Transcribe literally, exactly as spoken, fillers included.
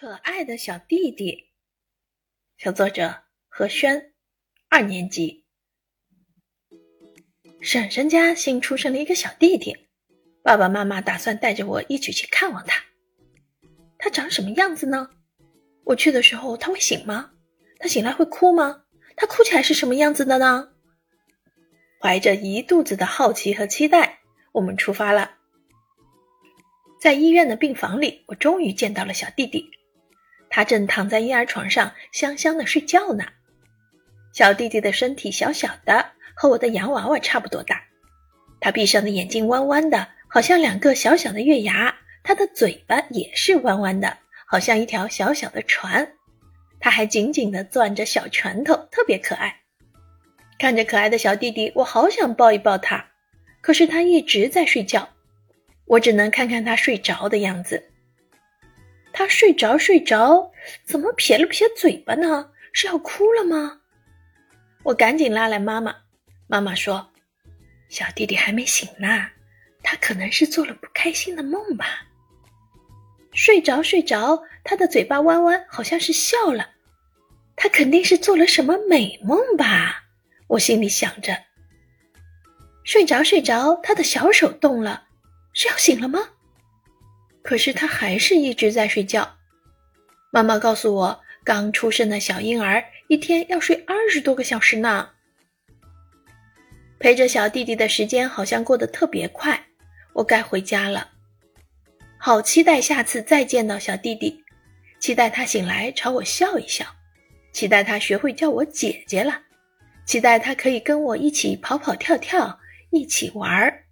可爱的小弟弟，小作者何轩，二年级。婶婶家新出生了一个小弟弟，爸爸妈妈打算带着我一起去看望他。他长什么样子呢？我去的时候他会醒吗？他醒来会哭吗？他哭起来是什么样子的呢？怀着一肚子的好奇和期待，我们出发了。在医院的病房里，我终于见到了小弟弟。他正躺在婴儿床上香香的睡觉呢。小弟弟的身体小小的，和我的洋娃娃差不多大。他闭上的眼睛弯弯的，好像两个小小的月牙。他的嘴巴也是弯弯的，好像一条小小的船。他还紧紧地攥着小拳头，特别可爱。看着可爱的小弟弟，我好想抱一抱他，可是他一直在睡觉，我只能看看他睡着的样子。他睡着睡着，怎么撇了撇嘴巴呢？是要哭了吗？我赶紧拉来妈妈，妈妈说，小弟弟还没醒呢，他可能是做了不开心的梦吧。睡着睡着，他的嘴巴弯弯，好像是笑了，他肯定是做了什么美梦吧，我心里想着。睡着睡着，他的小手动了，是要醒了吗？可是他还是一直在睡觉。妈妈告诉我，刚出生的小婴儿一天要睡二十多个小时呢。陪着小弟弟的时间好像过得特别快，我该回家了。好期待下次再见到小弟弟，期待他醒来朝我笑一笑，期待他学会叫我姐姐了，期待他可以跟我一起跑跑跳跳，一起玩。